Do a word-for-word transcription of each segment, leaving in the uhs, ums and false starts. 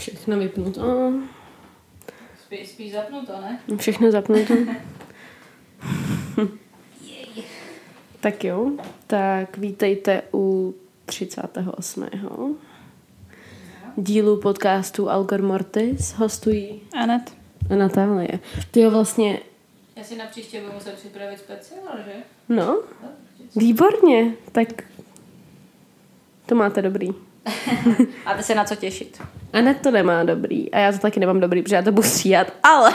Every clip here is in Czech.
Všechno vypnuto. Spí, spíš zapnuto, ne? Všechno zapnuto. Tak jo, tak vítejte u třicátého osmého dílu podcastu Algor Mortis. Hostují Anet a Natálie. Ty jo, vlastně... Já si na příště budu muset připravit speciál, že? No, výborně. Tak to máte dobrý. Máte se na co těšit. Anet to nemá dobrý a já to taky nemám dobrý, protože já to budu stříhat, ale...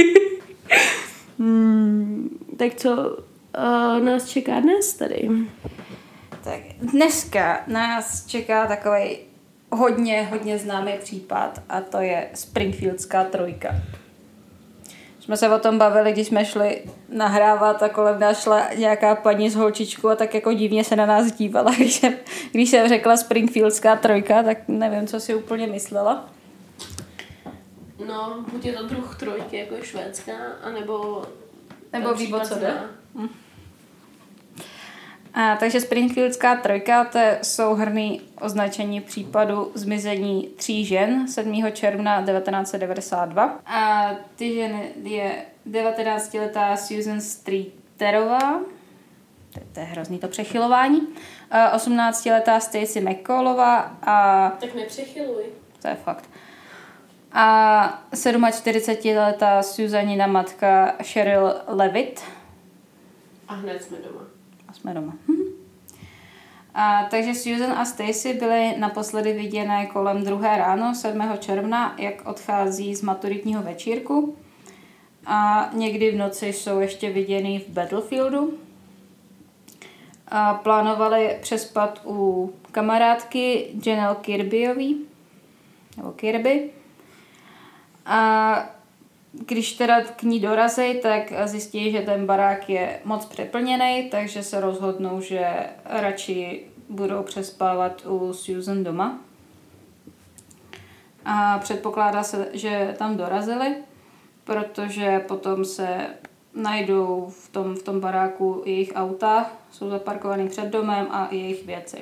hmm, tak co uh, nás čeká dnes tady? Tak dneska nás čeká takový hodně, hodně známý případ a to je Springfieldská trojka. Jsme se o tom bavili, když jsme šli nahrávat a kolem nás šla nějaká paní s holčičkou a tak jako divně se na nás dívala, když jsem, když jsem řekla Springfieldská trojka, tak nevím, co si úplně myslela. No, buď je to druh trojky, jako je švédská, anebo... Nebo ví, o co jde. Hm. A, takže Springfieldská trojka, to je souhrnný označení případu zmizení tří žen sedmého června devatenáct set devadesát dva. A ty ženy je devatenáctiletá Susan Streeterová, to, to je hrozný to přechylování, osmnáctiletá Stacy McCallová a... Tak nepřechyluj. To je fakt. A čtyřicetisedmiletá Susanina matka Cheryl Levitt. A hned jsme doma. A jsme doma. A, takže Susan a Stacy byly naposledy viděné kolem druhé ráno sedmého června, jak odchází z maturitního večírku. A někdy v noci jsou ještě viděny v Battlefieldu. A plánovali přespat u kamarádky Janelle Kirbyový, nebo Kirby. A když teda k ní dorazí, tak zjistí, že ten barák je moc přeplněný, takže se rozhodnou, že radši budou přespávat u Susan doma. A předpokládá se, že tam dorazili, protože potom se najdou v tom, v tom baráku jejich auta, jsou zaparkovaný před domem a i jejich věci.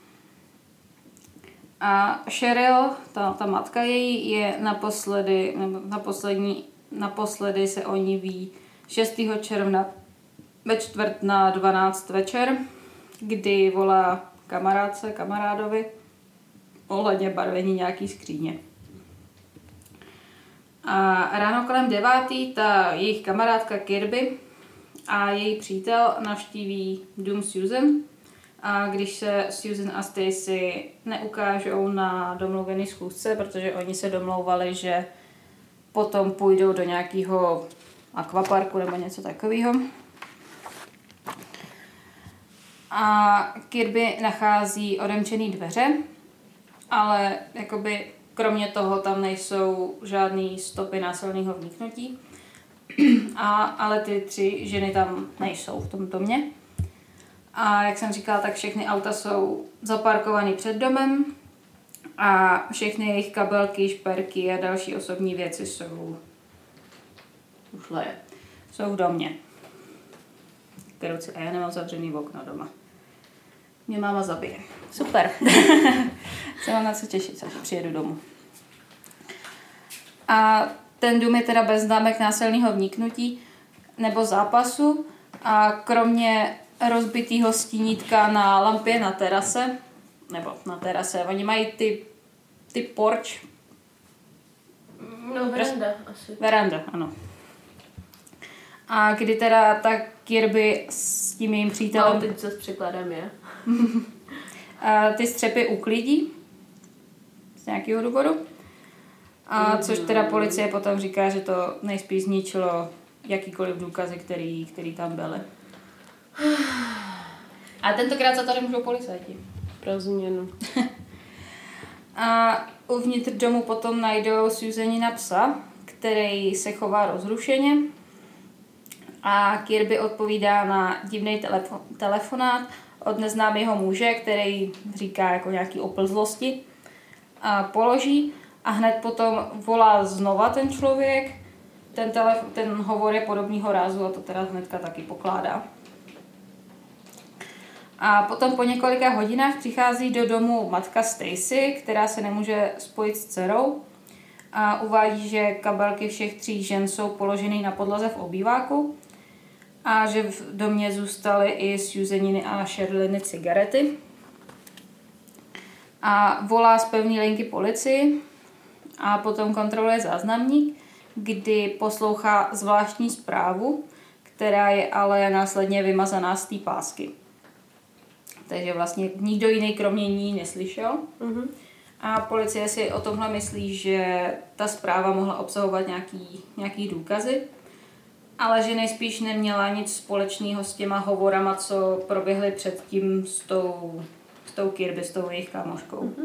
A Cheryl, ta, ta matka její, je naposledy, naposlední, naposledy se o ní ví šestého června ve čtvrt na dvanáct večer, kdy volá kamarádce, kamarádovi ohledně barvení nějaký skříně. A ráno kolem devátý ta jejich kamarádka Kirby a její přítel navštíví dům Susan. A když se Susan a Stacy neukážou na domluvený schůzce, protože oni se domlouvali, že potom půjdou do nějakého akvaparku nebo něco takového. A Kirby nachází odemčený dveře, ale jakoby kromě toho tam nejsou žádný stopy násilného vniknutí. A, ale ty tři ženy tam nejsou v tom domě. A jak jsem říkala, tak všechny auta jsou zaparkované před domem a všechny jejich kabelky, šperky a další osobní věci jsou ušlé. Jsou v domě. Kerouci, a já nemám zavřený okno doma. Mě máma zabije. Super. Se mám na co těšit, až přijedu domů. A ten dům je teda bez známek násilného vniknutí nebo zápasu a kromě rozbitýho stínítka na lampě na terase, nebo na terase, oni mají ty, ty porč. No, veranda asi. Veranda, ano. A kdy teda ta Kirby s tím jejím přítelem... No, teď co s překladem je. a ty střepy uklidí z nějakého důvodu. A což teda policie potom říká, že to nejspíš zničilo jakýkoliv důkazy, který, který tam byly. A tentokrát za tady můžou policajti. Pro změnu. A uvnitř domu potom najdou Susanina psa, který se chová rozrušeně. A Kirby odpovídá na divný telefo- telefonát od neznámého muže, který říká jako nějaký oplzlosti. A položí a hned potom volá znova ten člověk. Ten, telef- ten hovor je podobného rázu a to teda hnedka taky pokládá. A potom po několika hodinách přichází do domu matka Stacy, která se nemůže spojit s dcerou. a uvádí, že kabelky všech tří žen jsou položeny na podlaze v obýváku a že v domě zůstaly i Susaniny a Sherilyn cigarety. A volá z pevné linky policii a potom kontroluje záznamník, kdy poslouchá zvláštní zprávu, která je ale následně vymazaná z té pásky. Takže vlastně nikdo jiný kromě ní neslyšel. Mm-hmm. A policie si o tomhle myslí, že ta zpráva mohla obsahovat nějaký, nějaký důkazy, ale že nejspíš neměla nic společného s těma hovorama, co proběhly předtím s tou, s tou Kirby, s tou jejich kámoškou. Mm-hmm.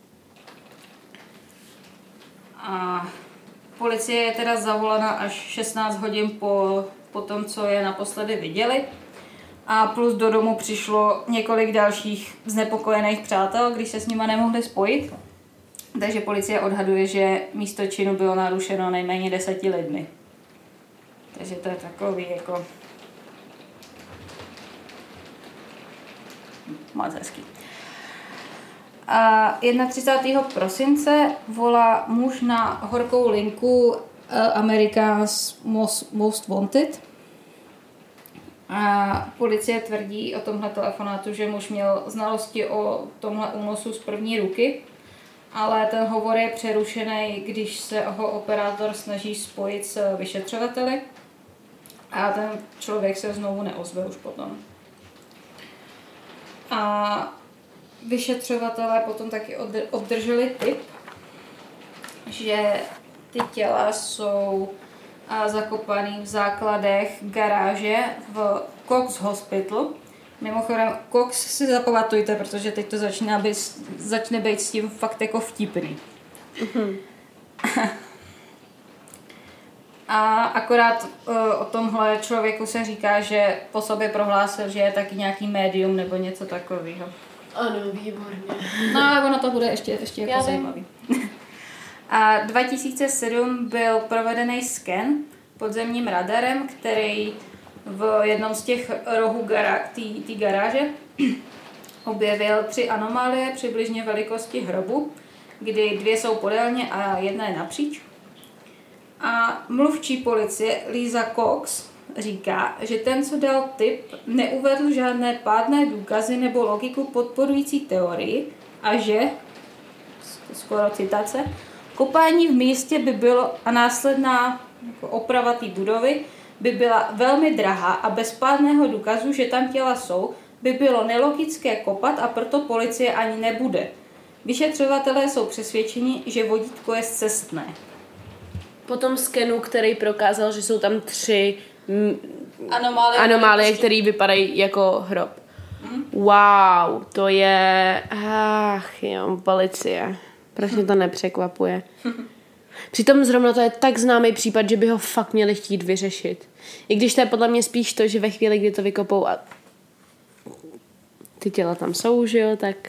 A policie je teda zavolaná až šestnáct hodin po, po tom, co je naposledy viděli. A plus do domu přišlo několik dalších znepokojených přátel, když se s nima nemohli spojit. Takže policie odhaduje, že místo činu bylo narušeno nejméně deseti lidmi. Takže to je takový jako... moc hezký. A třicátého prvního prosince volá muž na horkou linku uh, America's Most, Most Wanted. A policie tvrdí o tomhle telefonátu, že muž měl znalosti o tomhle únosu z první ruky, ale ten hovor je přerušený, když se ho operátor snaží spojit s vyšetřovateli a ten člověk se znovu neozve už potom. A vyšetřovatelé potom taky obdrželi tip, že ty těla jsou zakopaný v základech garáže v Cox Hospital. Mimochodem, Cox si zapamatujte, protože teď to začíná být, začne být s tím fakt jako vtipný. Mm-hmm. A akorát uh, o tomhle člověku se říká, že po sobě prohlásil, že je taky nějaký médium nebo něco takového. Ano, výborně. No ale ono to bude ještě, ještě jako zajímavý. A dva tisíce sedm byl provedený sken podzemním radarem, který v jednom z těch rohů té garáže objevil tři anomálie přibližně velikosti hrobu, kdy dvě jsou podélně a jedna je napříč. A mluvčí policie Lisa Cox říká, že ten, co dal tip, neuvedl žádné pádné důkazy nebo logiku podporující teorii a že, skoro citace, kopání v místě by bylo a následná jako oprava té budovy by byla velmi drahá a bez pádného důkazu, že tam těla jsou, by bylo nelogické kopat a proto policie ani nebude. Vyšetřovatelé jsou přesvědčeni, že vodítko je scestné. Po tom skenu, který prokázal, že jsou tam tři m- anomálie, anomálie které vypadají jako hrob. Mm. Wow, to je... Ach jo, policie. Proč mě to nepřekvapuje? Přitom zrovna to je tak známý případ, že by ho fakt měli chtít vyřešit. I když to je podle mě spíš to, že ve chvíli, kdy to vykopou a ty těla tam jsou, že jo, tak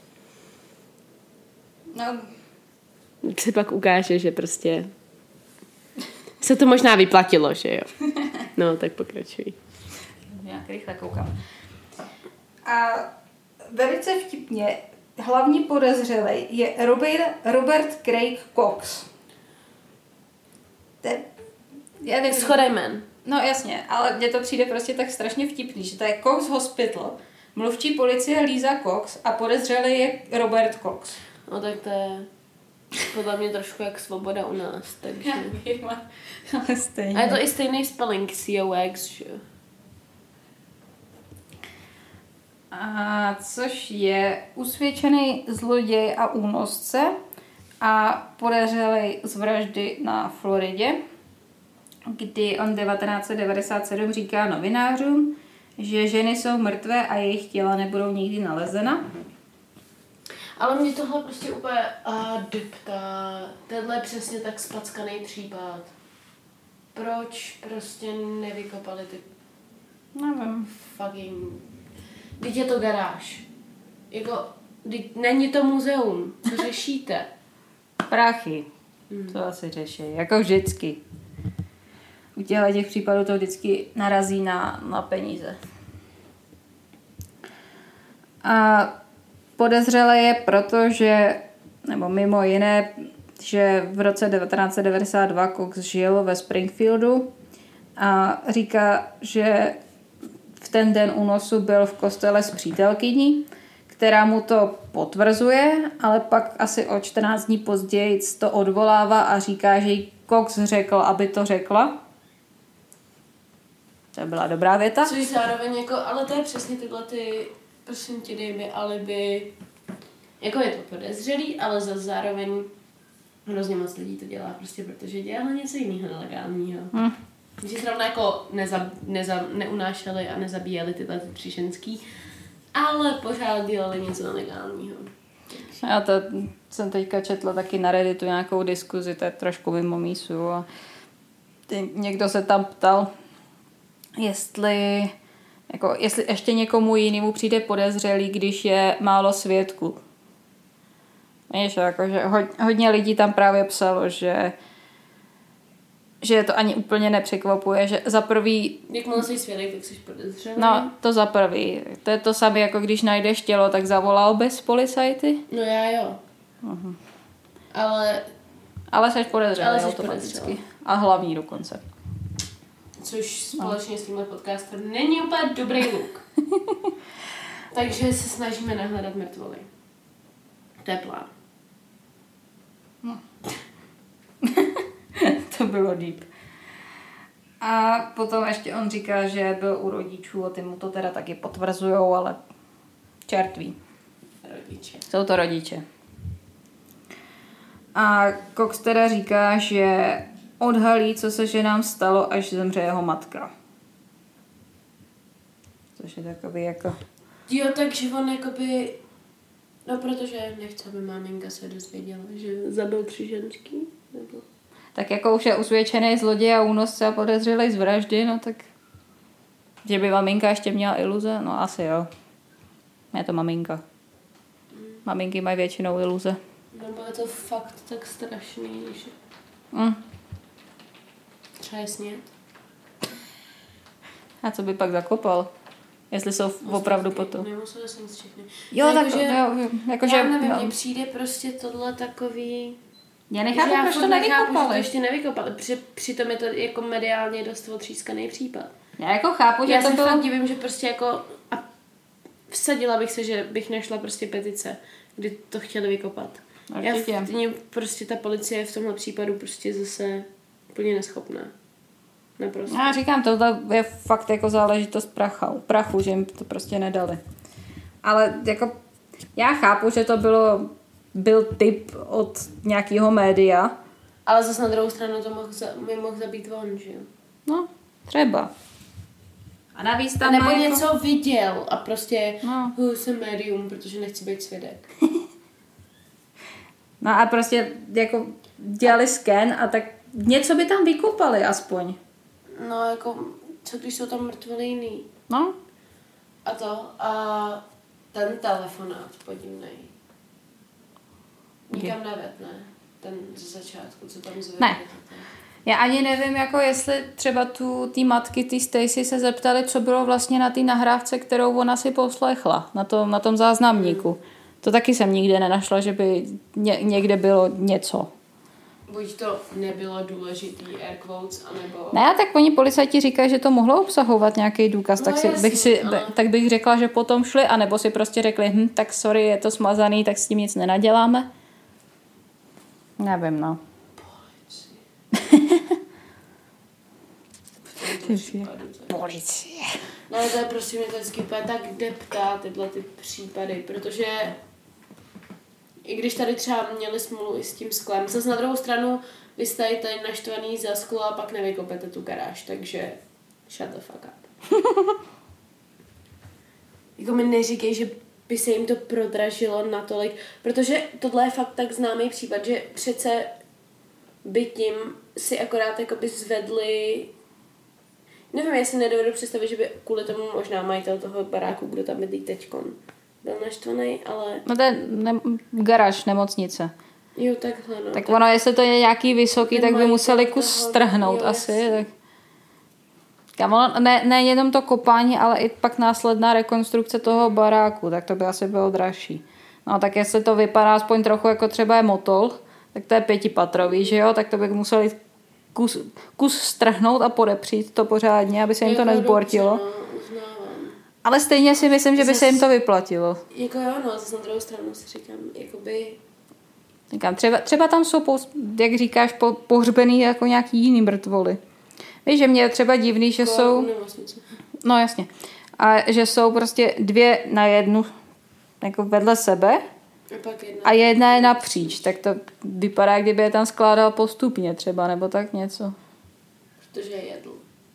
no. se pak ukáže, že prostě se to možná vyplatilo, že jo. No, tak pokračuj. Nějak rychle koukám. A velice vtipně hlavní podezřelý je Robert, Robert Craig Cox. Ten, já nevím. Schodaj jmen. No jasně, ale mně to přijde prostě tak strašně vtipný, že to je Cox Hospital, mluvčí policie Lisa Cox a podezřelý je Robert Cox. No tak to je podle mě trošku jak Svoboda u nás, takže... Já vím, ale stejně. A je to i stejný spelling C O X, že jo? A což je usvědčený zloděj a únosce a podezřelý z vraždy na Floridě, kdy on devatenáct set devadesát sedm říká novinářům, že ženy jsou mrtvé a jejich těla nebudou nikdy nalezena. Ale mě tohle prostě úplně adeptá. Tenhle je přesně tak spackaný případ. Proč prostě nevykopali ty... Nevím. Fucking... Vždyť je to garáž. Jako, vždyť není to muzeum. Co řešíte? Prachy. Hmm. To asi řeší. Jako vždycky. U těchto těch případů to vždycky narazí na, na peníze. A podezřelé je proto, že, nebo mimo jiné, že v roce devatenáct set devadesát dva Cox žil ve Springfieldu a říká, že v ten den únosu byl v kostele s přítelkyní, která mu to potvrzuje, ale pak asi o čtrnáct dní později to odvolává a říká, že jí Cox řekl, aby to řekla. To byla dobrá věta. Což zároveň jako, ale to je přesně tyhle ty, prosím tě, dej mi alibi. Jako je to podezřelý, ale za zároveň hrozně moc lidí to dělá prostě, protože dělá něco jiného nelegálního. Hmm. Že zrovna jako neza, neza, neunášeli a nezabíjeli tyhle ty tři ženský, ale pořád dělali něco nelegálního. Já to jsem teďka četla taky na Redditu nějakou diskuzi, to je trošku mimo mísu a někdo se tam ptal, jestli, jako, jestli ještě někomu jinému přijde podezřelý, když je málo svědků. Víš, jako, že hodně lidí tam právě psalo, že že to ani úplně nepřekvapuje, že za prvý... Jakmile jsi svědek, tak jsi podezřelý. No, to za prvý. To je to samé, jako když najdeš tělo, tak zavolal bys policajty? No já jo. Uh-huh. Ale... Ale jsi podezřelý automaticky. A hlavní dokonce. Což společně no. s tímhle podcastem není úplně dobrý look. Takže se snažíme nahledat mrtvoly. To je plán. No. To bylo deep. A potom ještě on říká, že byl u rodičů a ty mu to teda taky potvrzujou, ale čertví. Rodiče. Jsou to rodiče. A Cox teda říká, že odhalí, co se ženám stalo, až zemře jeho matka. Což je takový jako... Jo, takže on jakoby... No, protože nechce, aby maminka se dozvěděla, že zabil tři ženský, nebo... Tak jako už je usvědčený zloděj a únosce a podezřelý z vraždy, no tak... Že by maminka ještě měla iluze? No asi jo. Je to maminka. Mm. Maminky mají většinou iluze. Nebo je to fakt tak strašný, že... Mm. Třeba je snět. A co by pak zakopal? Jestli jsou Musím opravdu potom. Nemuseli jsem nic všechny. Jo, no, tak jako, že, jo, jako, já že, nevím, no. mně přijde prostě tohle takový... Já nechápu, proč to nevykopali. Nechápu, že to ještě nevykopali. Při, přitom je to jako mediálně dost otřískaný případ. Já jako chápu, že já to bylo... Já bylo... se divím, že prostě jako... A vsadila bych se, že bych našla prostě petice, kdy to chtěli vykopat. Určitě. Já v, prostě ta policie v tomhle případu prostě zase úplně neschopná. Naprosto. Já říkám, tohle je fakt jako záležitost pracha, prachu, že jim to prostě nedali. Ale jako já chápu, že to bylo byl tip od nějakého média. Ale zase na druhou stranu to mohl, za, mi mohl zabít on, že jo? No, třeba. A navíc tam a nebo jako... něco viděl a prostě no. uh, jsem médium, protože nechci být svědek. No a prostě jako dělali sken a tak něco by tam vykopali aspoň. No jako, co když jsou tam mrtvoly jiný? No. A to, a ten telefonát podivnej. Nikam neved, ne? Ten ze začátku, co tam zvedli. Ne. Já ani nevím, jako jestli třeba tu ty matky, ty Stacy se zeptali, co bylo vlastně na té nahrávce, kterou ona si poslechla, na tom, na tom záznamníku. Hmm. To taky jsem nikde nenašla, že by ně, někde bylo něco. Buď to nebylo důležitý air quotes, anebo... Ne, tak oni policajti říkají, že to mohlo obsahovat nějaký důkaz, no, tak, si, jasný, bych si, ale... tak bych řekla, že potom šli, anebo si prostě řekli, hm, tak sorry, je to smazaný, tak s tím nic nenaděláme. Nevím, no. Policie. Policie. No to je prostě mě to vždycky tak deptá tyhle ty případy, protože i když tady třeba měli smůlu i s tím sklem, zase na druhou stranu vy jste tady naštvaný za sklo a pak nevykopete tu garáž, takže shut the fuck up. Jako mi neříkej, že by se jim to prodražilo natolik, protože tohle je fakt tak známý případ, že přece by tím si akorát jakoby zvedli, nevím, jestli nedovedu představit, že by kvůli tomu možná majitel toho baráku, kdo tam bydlí teďkon, byl naštvaný, ale... No to je ne- garáž, nemocnice. Jo, takhle, no. Tak, tak ono, jestli to je nějaký vysoký, tak by museli kus strhnout asi. Tak. Ono, ne, ne jenom to kopání, ale i pak následná rekonstrukce toho baráku, tak to by asi bylo dražší. No tak jestli to vypadá aspoň trochu jako třeba je motol, tak to je pětipatrový, že jo, tak to bych museli kus, kus strhnout a podepřít to pořádně, aby se jim to nezbortilo. No, uznávám. Ale stejně si myslím, že by Zas, se jim to vyplatilo. Jako jo, no, zase na druhou stranu si říkám, jakoby... Říkám, třeba, třeba tam jsou, po, jak říkáš, po, pohřbený jako nějaký jiný mrtvoly. Víš, že mě je třeba divný, že Jako jsou... nemocnice. No jasně. A že jsou prostě dvě na jednu jako vedle sebe A, pak jedna. a jedna je napříč. Tak to vypadá, kdyby je tam skládal postupně třeba, nebo tak něco. Protože je jedl.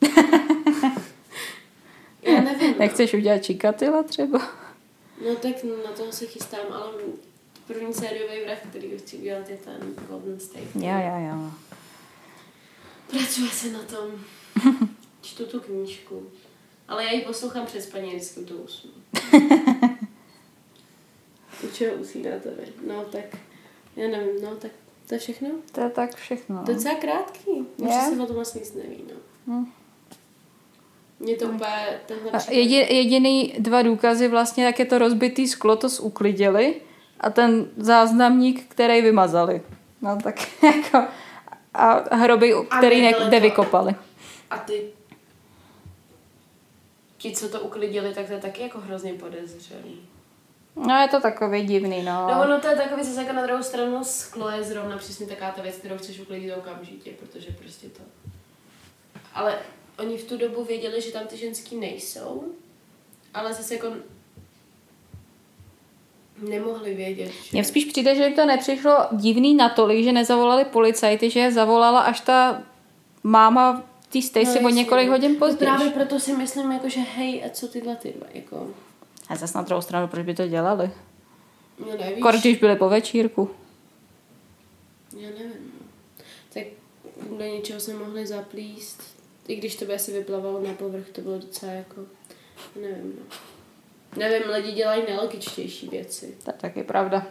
Já nevím. Nechceš udělat čikatila třeba? No tak na toho se chystám, ale první sériový vrah, který chci udělat, je ten Golden State. Já, já, já. Pracuje se na tom. Čtu tu knížku. Ale já ji poslouchám přes spaní, vždycky to usnu. U čeho usínáte vy? No tak, já nevím, no tak to je všechno? To je tak všechno. To je docela krátký. Možná se o tom vlastně nic neví, no. Hm. Mě to úplně tenhle příklad... Jedi, jediný dva důkazy vlastně, tak je to rozbitý sklo, to uklidili a ten záznamník, který vymazali. No tak jako... A hroby, který ne, kde vykopali. A ty... Ti, co to uklidili, tak to je taky jako hrozně podezřelý. No je to takový divný, no. No ono to je takový zase jako na druhou stranu sklo je zrovna přesně taková ta věc, kterou chceš uklidit okamžitě, protože prostě to... Ale oni v tu dobu věděli, že tam ty ženský nejsou, ale zase jako nemohli vědět, že... Mně spíš přijde, že jim to nepřišlo divný natolik, že nezavolali policajty, že je zavolala až ta máma té Stacy no, o několik hodin později. Právě proto si myslím, jako, že hej, a co tyhle ty dva, jako... A zase na druhou stranu, proč by to dělali? Já nevíš. Kor, když byli po večírku. Já nevím, no. Tak do něčeho se mohli zaplíst, i když to by asi vyplavalo na povrch, to bylo docela jako... Nevím, no. Nevím, lidi dělají nelogičtější věci. To je taky pravda.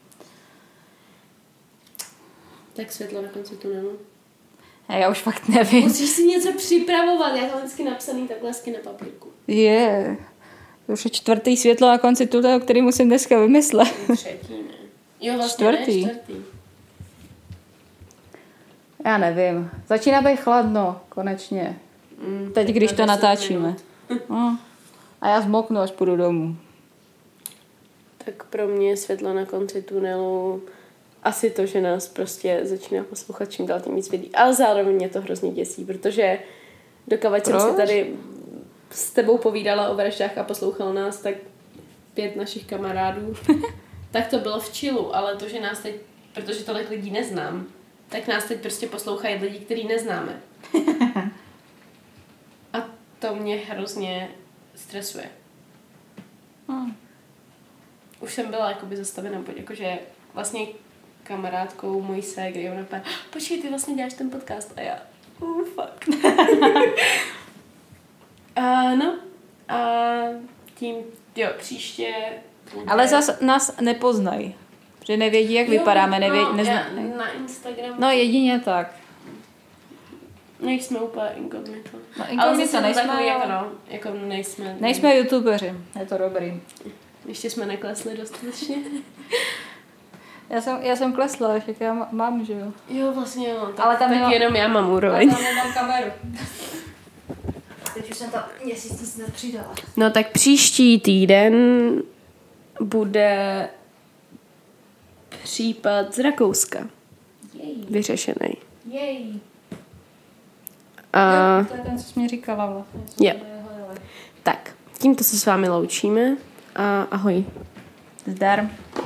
Tak světlo na konci tunelu. Já už fakt nevím. Musíš si něco připravovat, já to mám vždycky napsaný takhle hezky na papírku. Je. Yeah. To už je čtvrtý světlo na konci tunelu, který musím dneska vymyslet. Třetí, ne. Jo, vlastně čtvrtý. Ne, čtvrtý. Já nevím. Začíná být chladno, konečně. Mm, Teď, když to natáčíme. No. A já zmoknu, až půjdu domů. Tak pro mě je světlo na konci tunelu asi to, že nás prostě začíná poslouchat čím dál tím víc lidí. Ale zároveň mě to hrozně děsí, protože dokavať jsem si tady s tebou povídala o vraždách a poslouchal nás tak pět našich kamarádů, tak to bylo v chillu, ale to, že nás teď, protože tolik lidí neznám, tak nás teď prostě poslouchají lidi, který neznáme. A to mě hrozně stresuje. Hmm. Už jsem byla jakoby zastavena, jakože vlastně kamarádkou mojí ségry, ona pár, počkej, ty vlastně děláš ten podcast a já, oh fuck. a no, a tím, jo, příště... Bude... Ale zas nás nepoznají, protože nevědí, jak jo, vypadáme, nevědí, no, nezna... já, na Instagramu. No jedině tak. Nejsme úplně inkognito. No inkognito nejsme, takový, ale... jako, no, jako nejsme... Nejsme youtubeři, je to dobrý. Ještě jsme neklesli dostatečně. Já jsem, já jsem klesla, však já mám, že jo. Jo, vlastně jo. Tak, ale tam tak jenom, jenom já mám úroveň. Ale tam nemám kameru. Teď už jsem to měsíc nic nepřidala. No tak příští týden bude případ z Rakouska. Jej. Vyřešený. Jej. A... Jo, to je ten, co jsi mi říkala vlastně. Jo. Tak, tímto se s vámi loučíme a ahoj. Zdar.